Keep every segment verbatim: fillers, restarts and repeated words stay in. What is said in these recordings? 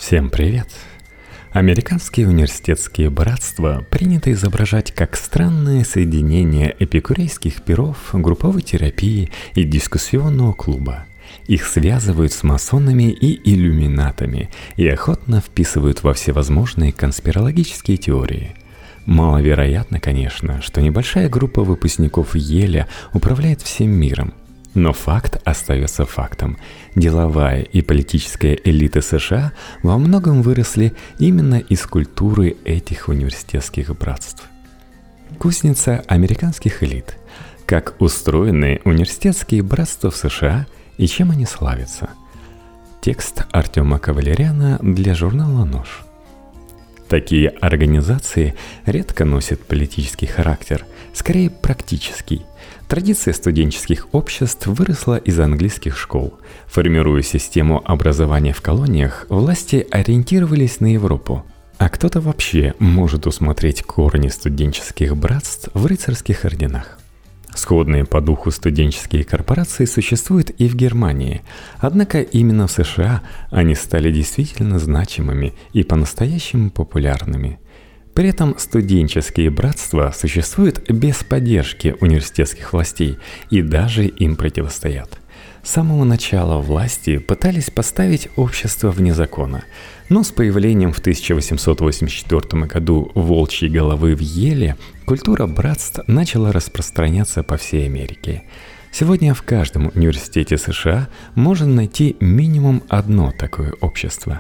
Всем привет! Американские университетские братства принято изображать как странное соединение эпикурейских пиров, групповой терапии и дискуссионного клуба. Их связывают с масонами и иллюминатами и охотно вписывают во всевозможные конспирологические теории. Маловероятно, конечно, что небольшая группа выпускников Йеля управляет всем миром. Но факт остается фактом. Деловая и политическая элиты США во многом выросли именно из культуры этих университетских братств. Кузница американских элит. Как устроены университетские братства в США и чем они славятся. Текст Артема Кавалеряна для журнала «Нож». Такие организации редко носят политический характер, скорее практический. Традиция студенческих обществ выросла из английских школ. Формируя систему образования в колониях, власти ориентировались на Европу. А кто-то вообще может усмотреть корни студенческих братств в рыцарских орденах. Сходные по духу студенческие корпорации существуют и в Германии, однако именно в США они стали действительно значимыми и по-настоящему популярными. При этом студенческие братства существуют без поддержки университетских властей и даже им противостоят. С самого начала власти пытались поставить общество вне закона, но с появлением в тысяча восемьсот восемьдесят четвёртом году волчьей головы в Йеле культура братств начала распространяться по всей Америке. Сегодня в каждом университете США можно найти минимум одно такое общество.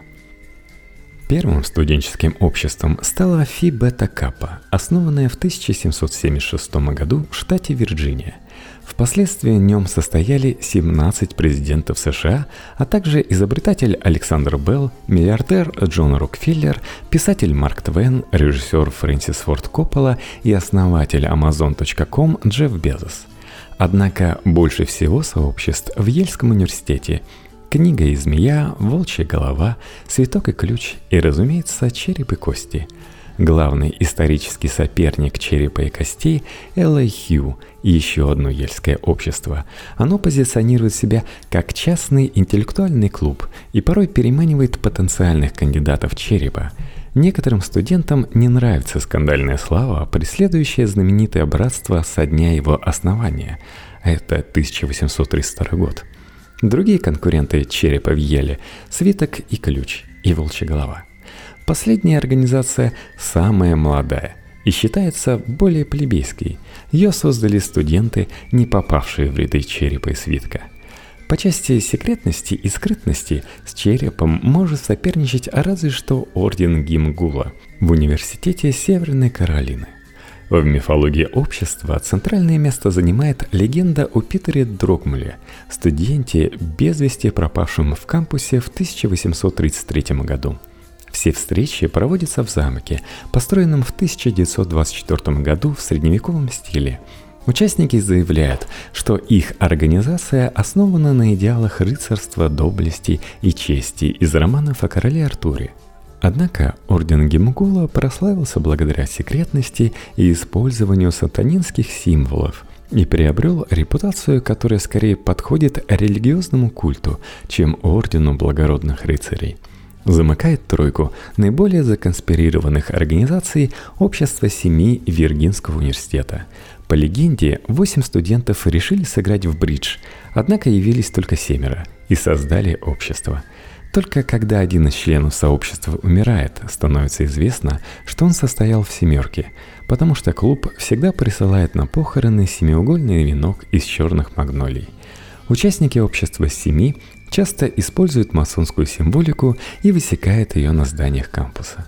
Первым студенческим обществом стала Фи Бета Каппа, основанная в тысяча семьсот семьдесят шестом году в штате Вирджиния. Впоследствии в нем состояли семнадцать президентов США, а также изобретатель Александр Белл, миллиардер Джон Рокфеллер, писатель Марк Твен, режиссер Фрэнсис Форд Коппола и основатель Амазон точка ком Джефф Безос. Однако больше всего сообществ в Йельском университете: «Книга и змея», «Волчья голова», «Цветок и ключ» и, разумеется, «Череп и кости». Главный исторический соперник «Черепа и костей» – эл эй Хью, еще одно йельское общество. Оно позиционирует себя как частный интеллектуальный клуб и порой переманивает потенциальных кандидатов черепа. Некоторым студентам не нравится скандальная слава, преследующая знаменитое братство со дня его основания. Это тысяча восемьсот тридцать второй год. Другие конкуренты черепа в Йеле – «Свиток и ключ» и «Волчья голова». Последняя организация самая молодая и считается более плебейской. Ее создали студенты, не попавшие в ряды черепа и свитка. По части секретности и скрытности с черепом может соперничать разве что орден Гимгула в университете Северной Каролины. В мифологии общества центральное место занимает легенда о Питере Дрогмуле, студенте, без вести пропавшем в кампусе в тысяча восемьсот тридцать третьем году. Все встречи проводятся в замке, построенном в тысяча девятьсот двадцать четвёртом году в средневековом стиле. Участники заявляют, что их организация основана на идеалах рыцарства, доблести и чести из романов о короле Артуре. Однако орден Гимгула прославился благодаря секретности и использованию сатанинских символов и приобрел репутацию, которая скорее подходит религиозному культу, чем ордену благородных рыцарей. Замыкает тройку наиболее законспирированных организаций Общество семи Виргинского университета. По легенде, восемь студентов решили сыграть в бридж, однако явились только семеро и создали общество. Только когда один из членов сообщества умирает, становится известно, что он состоял в семерке, потому что клуб всегда присылает на похороны семиугольный венок из черных магнолий. Участники общества семи часто используют масонскую символику и высекают ее на зданиях кампуса.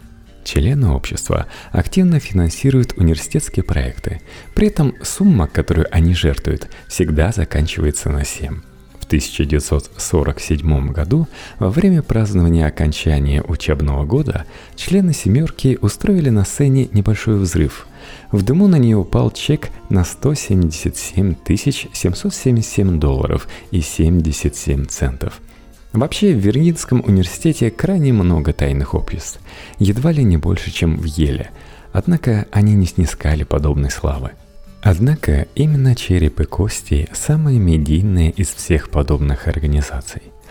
Члены общества активно финансируют университетские проекты, при этом сумма, которую они жертвуют, всегда заканчивается на семь. В тысяча девятьсот сорок седьмом году, во время празднования окончания учебного года, члены «семерки» устроили на сцене небольшой взрыв. В дыму на нее упал чек на сто семьдесят семь тысяч семьсот семьдесят семь долларов и семьдесят семь центов. Вообще, в Виргинском университете крайне много тайных обществ, едва ли не больше, чем в Йеле, однако они не снискали подобной славы. Однако именно «Череп и кости» самые медийные из всех подобных организаций.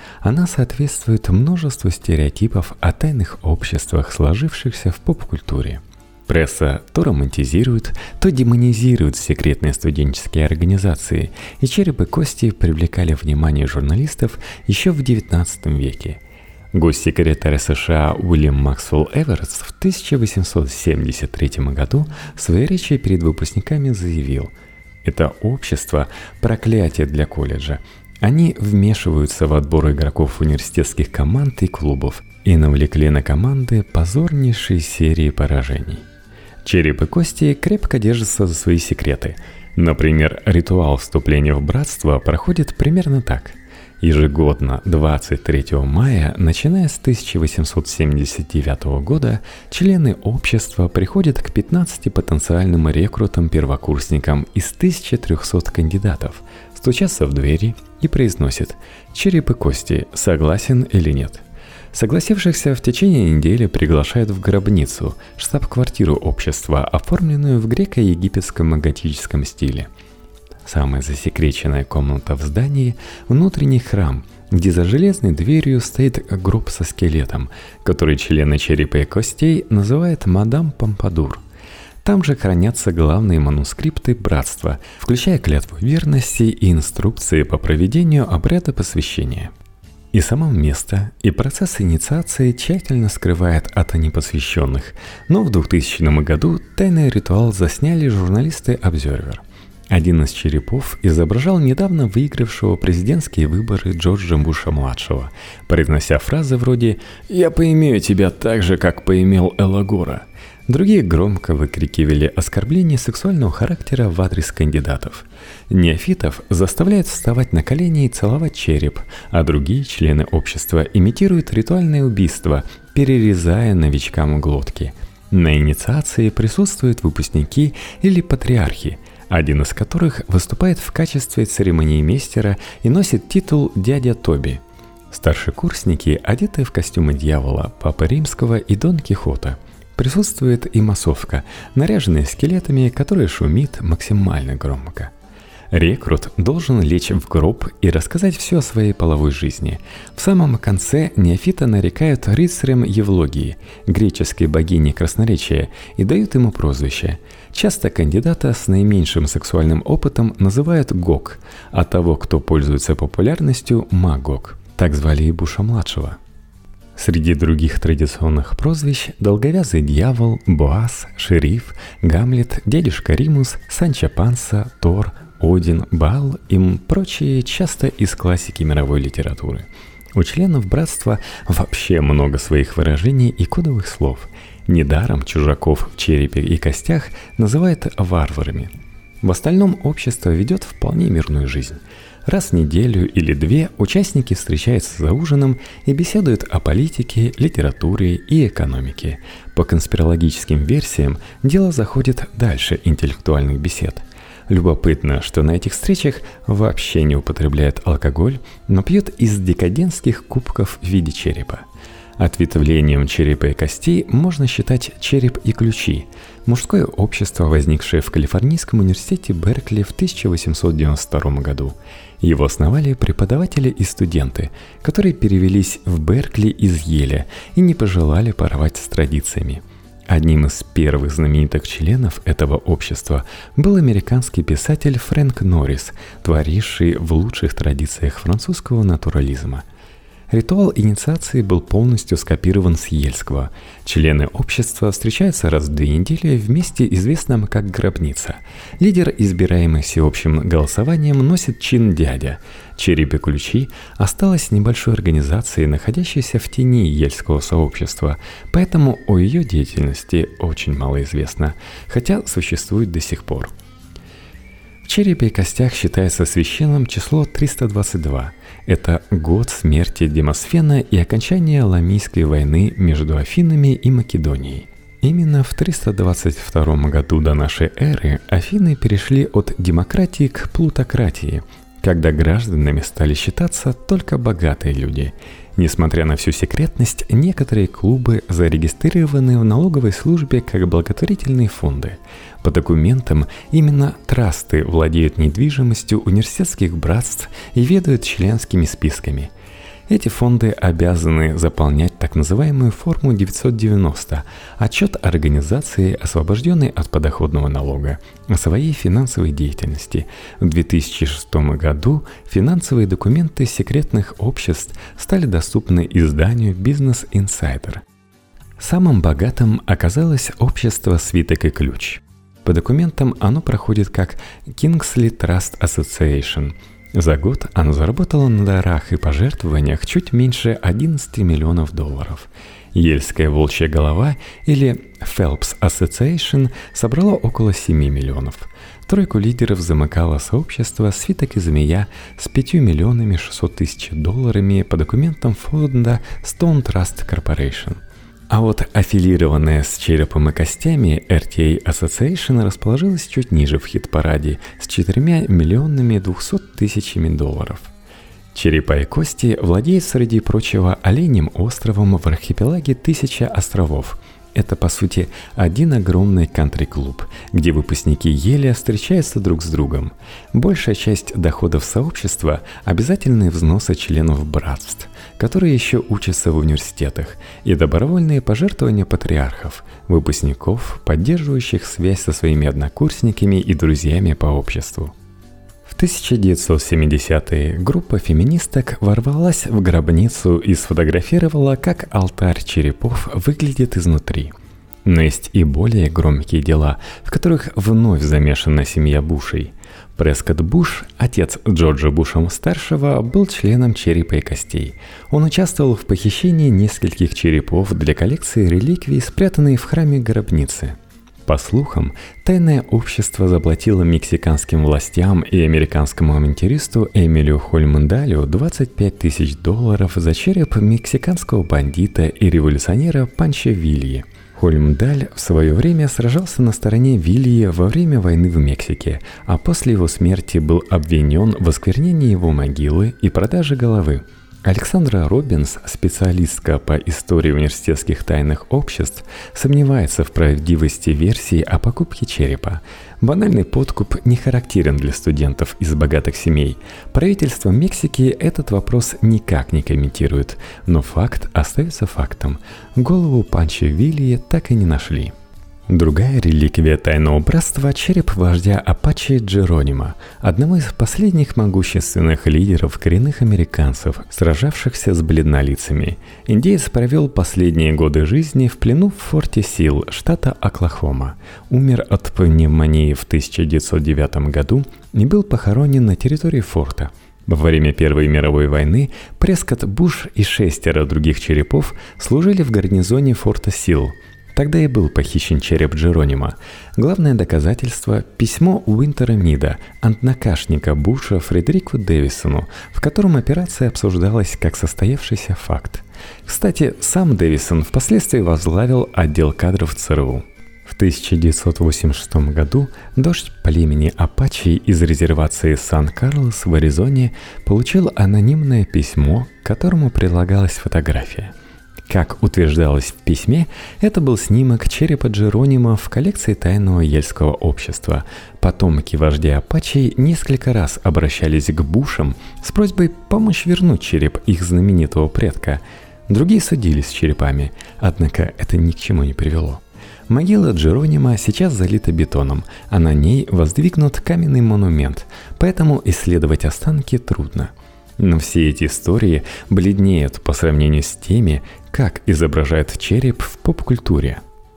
Она соответствует множеству стереотипов о тайных обществах, сложившихся в поп-культуре. Пресса то романтизирует, то демонизирует секретные студенческие организации, и «Череп и кости» привлекали внимание журналистов еще в девятнадцатом веке. Госсекретарь США Уильям Максвелл Эверетс в тысяча восемьсот семьдесят третьем году в своей речи перед выпускниками заявил: «Это общество – проклятие для колледжа. Они вмешиваются в отбор игроков университетских команд и клубов и навлекли на команды позорнейшие серии поражений». «Череп и кости» крепко держатся за свои секреты. Например, ритуал вступления в братство проходит примерно так. Ежегодно двадцать третьего мая, начиная с тысяча восемьсот семьдесят девятого года, члены общества приходят к пятнадцати потенциальным рекрутам-первокурсникам из тысячи трёхсот кандидатов, стучатся в двери и произносят: «Череп и кости, согласен или нет?». Согласившихся в течение недели приглашают в гробницу, штаб-квартиру общества, оформленную в греко-египетском готическом стиле. Самая засекреченная комната в здании – внутренний храм, где за железной дверью стоит гроб со скелетом, который члены «Черепа и костей» называют «Мадам Помпадур». Там же хранятся главные манускрипты братства, включая клятву верности и инструкции по проведению обряда посвящения. И само место, и процесс инициации тщательно скрывает от непосвященных, но в двухтысячном году тайный ритуал засняли журналисты Observer. Один из черепов изображал недавно выигравшего президентские выборы Джорджа Буша-младшего, произнося фразы вроде «Я поимею тебя так же, как поимел Эла Гора». Другие громко выкрикивали оскорбления сексуального характера в адрес кандидатов. Неофитов заставляют вставать на колени и целовать череп, а другие члены общества имитируют ритуальное убийство, перерезая новичкам глотки. На инициации присутствуют выпускники или патриархи, один из которых выступает в качестве церемониймейстера и носит титул «Дядя Тоби». Старшекурсники одеты в костюмы дьявола, Папы Римского и Дон Кихота. Присутствует и массовка, наряженная скелетами, которая шумит максимально громко. Рекрут должен лечь в гроб и рассказать все о своей половой жизни. В самом конце неофита нарекают рыцарем Евлогии, греческой богиней красноречия, и дают ему прозвище. Часто кандидата с наименьшим сексуальным опытом называют Гог, а того, кто пользуется популярностью, Магог. Так звали и Буша-младшего. Среди других традиционных прозвищ – долговязый дьявол, Боаз, шериф, Гамлет, дядюшка Римус, Санчо Панса, Тор, Один, Баал и прочие часто из классики мировой литературы. У членов братства вообще много своих выражений и кодовых слов. Недаром чужаков в черепе и костях называют варварами. В остальном общество ведет вполне мирную жизнь. Раз в неделю или две участники встречаются за ужином и беседуют о политике, литературе и экономике. По конспирологическим версиям дело заходит дальше интеллектуальных бесед. Любопытно, что на этих встречах вообще не употребляют алкоголь, но пьют из декадентских кубков в виде черепа. Ответвлением черепа и костей можно считать череп и ключи, мужское общество, возникшее в Калифорнийском университете Беркли в тысяча восемьсот девяносто втором году. Его основали преподаватели и студенты, которые перевелись в Беркли из Йеля и не пожелали порвать с традициями. Одним из первых знаменитых членов этого общества был американский писатель Фрэнк Норрис, творивший в лучших традициях французского натурализма. Ритуал инициации был полностью скопирован с Йельского. Члены общества встречаются раз в две недели в месте, известном как гробница. Лидер, избираемый всеобщим голосованием, носит чин дядя. Череп и ключи осталась небольшой организацией, находящейся в тени Йельского сообщества, поэтому о ее деятельности очень мало известно, хотя существует до сих пор. В черепе и костях считается священным число триста двадцать два. Это год смерти Демосфена и окончания Ламийской войны между Афинами и Македонией. Именно в триста двадцать втором году до нашей эры Афины перешли от демократии к плутократии, когда гражданами стали считаться только богатые люди. Несмотря на всю секретность, некоторые клубы зарегистрированы в налоговой службе как благотворительные фонды. По документам именно трасты владеют недвижимостью университетских братств и ведают членскими списками. Эти фонды обязаны заполнять так называемую форму девятьсот девяносто – отчет организации, освобожденной от подоходного налога, о своей финансовой деятельности. В две тысячи шестом году финансовые документы секретных обществ стали доступны изданию Business Insider. Самым богатым оказалось общество «Свиток и ключ». По документам оно проходит как Kingsley Trust Association. За год оно заработало на дарах и пожертвованиях чуть меньше одиннадцать миллионов долларов. Ельская волчья голова или Phelps Association собрало около семь миллионов. Тройку лидеров замыкало сообщество «Свиток и змея» с пятью миллионами шестьсот тысяч долларами по документам фонда Stone Trust Corporation. А вот аффилированная с черепом и костями эр ти эй Association расположилась чуть ниже в хит-параде с четырьмя миллионами двумястами тысячами долларов. Черепа и кости владеют, среди прочего, Оленьим островом в архипелаге Тысяча островов. Это, по сути, один огромный кантри-клуб, где выпускники Еля встречаются друг с другом. Большая часть доходов сообщества – обязательные взносы членов братств, которые еще учатся в университетах, и добровольные пожертвования патриархов, выпускников, поддерживающих связь со своими однокурсниками и друзьями по обществу. В тысяча девятьсот семидесятые группа феминисток ворвалась в гробницу и сфотографировала, как алтарь черепов выглядит изнутри. Но есть и более громкие дела, в которых вновь замешана семья Бушей. Прескотт Буш, отец Джорджа Буша-старшего, был членом черепа и костей. Он участвовал в похищении нескольких черепов для коллекции реликвий, спрятанной в храме гробницы. По слухам, тайное общество заплатило мексиканским властям и американскому авантюристу Эмилию Хольмдалю двадцать пять тысяч долларов за череп мексиканского бандита и революционера Панчо Вильи. Хольмдаль в свое время сражался на стороне Вильи во время войны в Мексике, а после его смерти был обвинен в осквернении его могилы и продаже головы. Александра Робинс, специалистка по истории университетских тайных обществ, сомневается в правдивости версии о покупке черепа. Банальный подкуп не характерен для студентов из богатых семей. Правительство Мексики этот вопрос никак не комментирует, но факт остается фактом. Голову Панчо Вильи так и не нашли. Другая реликвия тайного братства – череп вождя Апачи Джеронима, одного из последних могущественных лидеров коренных американцев, сражавшихся с бледнолицами. Индеец провел последние годы жизни в плену в форте Сил, штата Оклахома. Умер от пневмонии в тысяча девятьсот девятом году и был похоронен на территории форта. Во время Первой мировой войны Прескотт Буш и шестеро других черепов служили в гарнизоне форта Сил. Тогда и был похищен череп Джеронима. Главное доказательство – письмо Уинтера Мида, однокашника Буша Фредерику Дэвисону, в котором операция обсуждалась как состоявшийся факт. Кстати, сам Дэвисон впоследствии возглавил отдел кадров ЦРУ. В тысяча девятьсот восемьдесят шестом году дождь племени Апачи из резервации Сан-Карлос в Аризоне получил анонимное письмо, к которому прилагалась фотография. Как утверждалось в письме, это был снимок черепа Джеронима в коллекции тайного Ельского общества. Потомки вождя Апачи несколько раз обращались к Бушам с просьбой помочь вернуть череп их знаменитого предка. Другие судились с черепами, однако это ни к чему не привело. Могила Джеронима сейчас залита бетоном, а на ней воздвигнут каменный монумент, поэтому исследовать останки трудно. Но все эти истории бледнеют по сравнению с теми, как изображают череп в поп-культуре.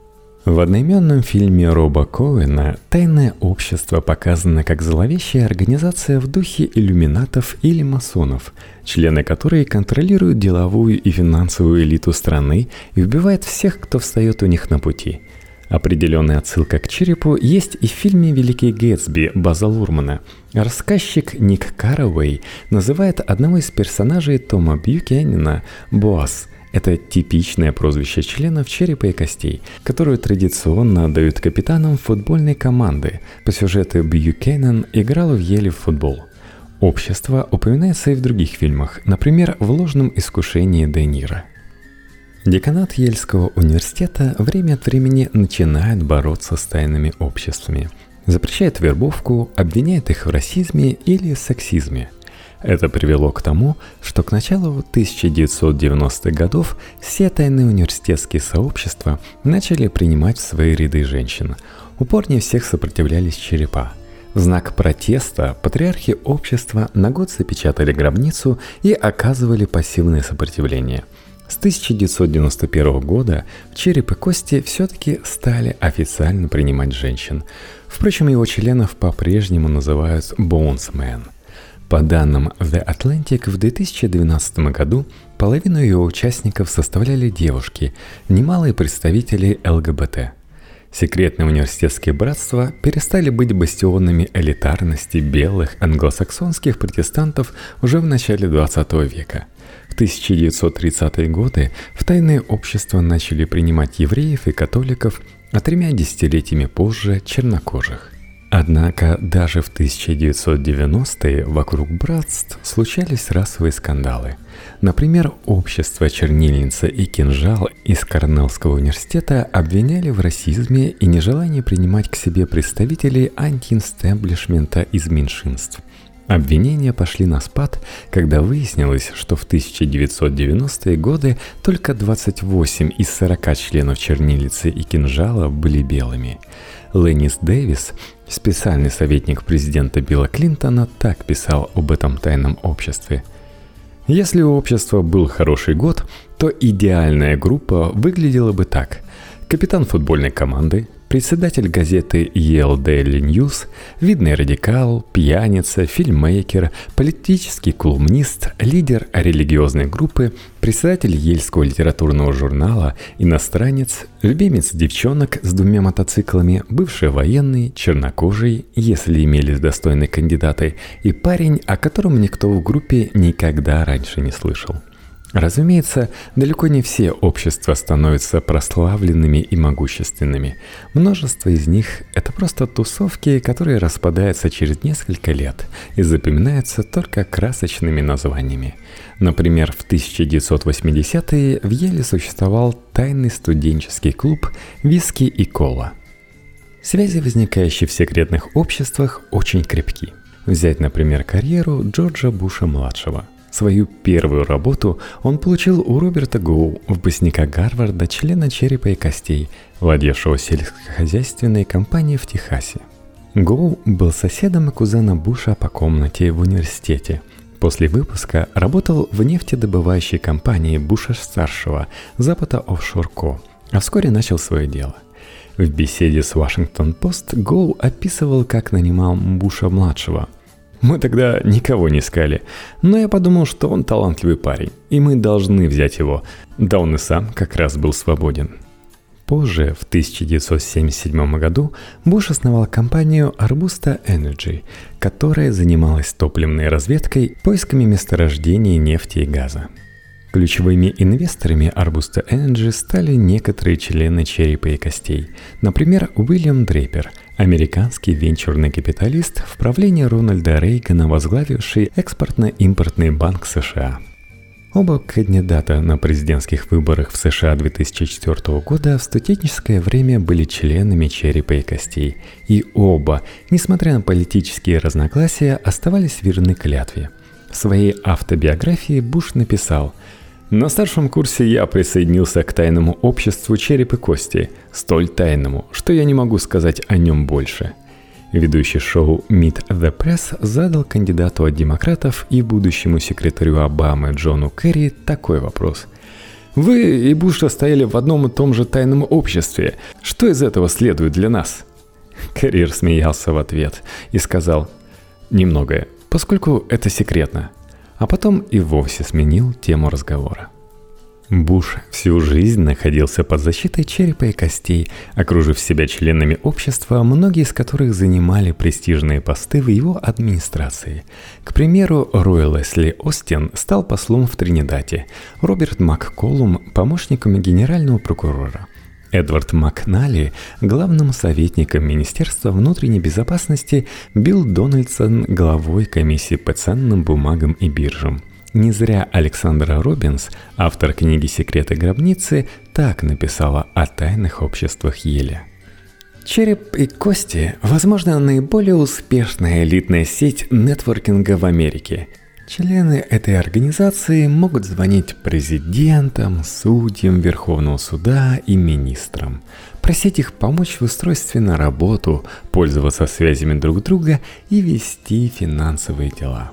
В одноименном фильме Роба Коэна «Тайное общество» показано как зловещая организация в духе иллюминатов или масонов, члены которой контролируют деловую и финансовую элиту страны и убивают всех, кто встает у них на пути. Определенная отсылка к черепу есть и в фильме «Великий Гэтсби» База Лурмана. Рассказчик Ник Каравей называет одного из персонажей Тома Бьюкенена «Боас». Это типичное прозвище членов черепа и костей, которое традиционно отдают капитанам футбольной команды. По сюжету Бьюкенен играл в Еле в футбол. Общество упоминается и в других фильмах, например, в «Ложном искушении Де Ниро». Деканат Ельского университета время от времени начинает бороться с тайными обществами. Запрещает вербовку, обвиняет их в расизме или сексизме. Это привело к тому, что к началу тысяча девятьсот девяностых годов все тайные университетские сообщества начали принимать в свои ряды женщин. Упорнее всех сопротивлялись черепа. В знак протеста патриархи общества на год запечатали гробницу и оказывали пассивное сопротивление. С тысяча девятьсот девяносто первого года в «Череп и кости» все-таки стали официально принимать женщин. Впрочем, его членов по-прежнему называют «Bonesmen». По данным The Atlantic, в две тысячи двенадцатом году половину ее участников составляли девушки, немалые представители эл гэ бэ тэ. Секретные университетские братства перестали быть бастионами элитарности белых англосаксонских протестантов уже в начале двадцатого века. В тысяча девятьсот тридцатые годы в тайные общества начали принимать евреев и католиков, а тремя десятилетиями позже – чернокожих. Однако даже в тысяча девятьсот девяностые вокруг братств случались расовые скандалы. Например, общество «Чернильница» и «Кинжал» из Корнеллского университета обвиняли в расизме и нежелании принимать к себе представителей антиэстеблишмента из меньшинств. Обвинения пошли на спад, когда выяснилось, что в тысяча девятьсот девяностые годы только двадцать восемь из сорока членов «Чернильницы» и «Кинжала» были белыми. Леннис Дэвис, специальный советник президента Билла Клинтона, так писал об этом тайном обществе. Если у общества был хороший год, то идеальная группа выглядела бы так. Капитан футбольной команды, председатель газеты Yale Daily News, видный радикал, пьяница, фильммейкер, политический колумнист, лидер религиозной группы, председатель Ельского литературного журнала, иностранец, любимец девчонок с двумя мотоциклами, бывший военный, чернокожий, если имелись достойные кандидаты, и парень, о котором никто в группе никогда раньше не слышал. Разумеется, далеко не все общества становятся прославленными и могущественными. Множество из них – это просто тусовки, которые распадаются через несколько лет и запоминаются только красочными названиями. Например, в тысяча девятьсот восьмидесятые в Еле существовал тайный студенческий клуб «Виски и кола». Связи, возникающие в секретных обществах, очень крепки. Взять, например, карьеру Джорджа Буша-младшего. Свою первую работу он получил у Роберта Гоу, выпускника Гарварда, члена «Черепа и костей», владевшего сельскохозяйственной компанией в Техасе. Гоу был соседом и кузеном Буша по комнате в университете. После выпуска работал в нефтедобывающей компании Буша-старшего «Запада Офшор Ко», а вскоре начал свое дело. В беседе с Вашингтон-Пост Гоу описывал, как нанимал Буша-младшего. Мы тогда никого не искали, но я подумал, что он талантливый парень, и мы должны взять его. Да он и сам как раз был свободен. Позже, в тысяча девятьсот семьдесят седьмом году, Буш основал компанию Arbusta Energy, которая занималась топливной разведкой, поисками месторождений нефти и газа. Ключевыми инвесторами Arbusta Energy стали некоторые члены «Черепа и костей», например, Уильям Дрейпер, американский венчурный капиталист в правлении Рональда Рейгана, возглавивший экспортно-импортный банк США. Оба кандидата на президентских выборах в США две тысячи четвёртого года в студенческое время были членами «Черепа и костей», и оба, несмотря на политические разногласия, оставались верны клятве. В своей автобиографии Буш написал: «На старшем курсе я присоединился к тайному обществу «Череп и кости», столь тайному, что я не могу сказать о нем больше». Ведущий шоу Meet the Press задал кандидату от демократов и будущему секретарю Обамы Джону Керри такой вопрос: «Вы и Буш стояли в одном и том же тайном обществе. Что из этого следует для нас?» Керри рассмеялся в ответ и сказал: «Немногое, поскольку это секретно». А потом и вовсе сменил тему разговора. Буш всю жизнь находился под защитой «Черепа и костей», окружив себя членами общества, многие из которых занимали престижные посты в его администрации. К примеру, Рой Лесли Остин стал послом в Тринидаде, Роберт МакКоллум – помощником генерального прокурора, Эдвард Макнали – главным советником Министерства внутренней безопасности, Билл Дональдсон – главой комиссии по ценным бумагам и биржам. Не зря Александра Робинс, автор книги «Секреты гробницы», так написала о тайных обществах Еля. «Череп и кости» – возможно, наиболее успешная элитная сеть нетворкинга в Америке. Члены этой организации могут звонить президентам, судьям Верховного суда и министрам, просить их помочь в устройстве на работу, пользоваться связями друг друга и вести финансовые дела.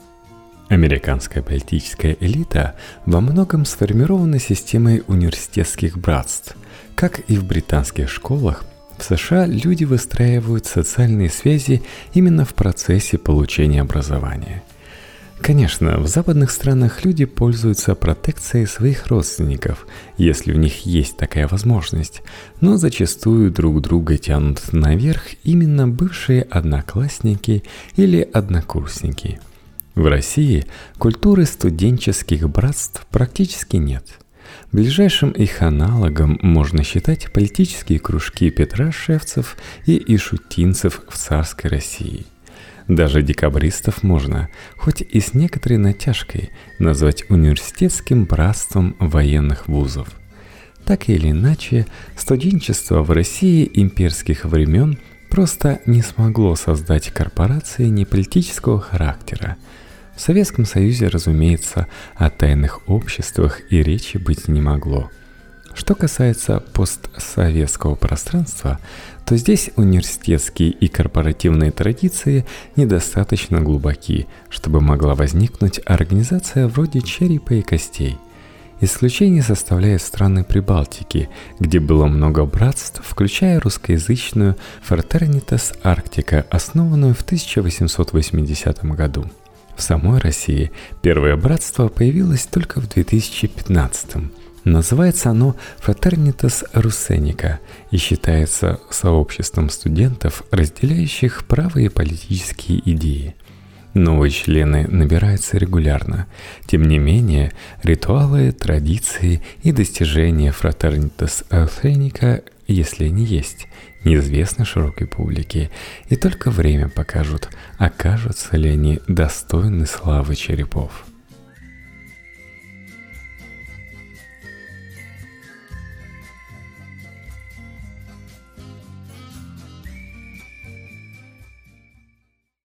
Американская политическая элита во многом сформирована системой университетских братств. Как и в британских школах, в США люди выстраивают социальные связи именно в процессе получения образования. Конечно, в западных странах люди пользуются протекцией своих родственников, если у них есть такая возможность, но зачастую друг друга тянут наверх именно бывшие одноклассники или однокурсники. В России культуры студенческих братств практически нет. Ближайшим их аналогом можно считать политические кружки петрошевцев и ишутинцев в царской России. Даже декабристов можно, хоть и с некоторой натяжкой, назвать университетским братством военных вузов. Так или иначе, студенчество в России имперских времен просто не смогло создать корпорации неполитического характера. В Советском Союзе, разумеется, о тайных обществах и речи быть не могло. Что касается постсоветского пространства, то здесь университетские и корпоративные традиции недостаточно глубоки, чтобы могла возникнуть организация вроде черепа и костей. Исключение составляют страны Прибалтики, где было много братств, включая русскоязычную Fraternitas Arctica, основанную в тысяча восемьсот восьмидесятом году. В самой России первое братство появилось только в две тысячи пятнадцатом. Называется оно Fraternitas Rusenica и считается сообществом студентов, разделяющих правые политические идеи. Новые члены набираются регулярно. Тем не менее, ритуалы, традиции и достижения Fraternitas Rusenica, если они есть, неизвестны широкой публике, и только время покажет, окажутся ли они достойны славы черепов.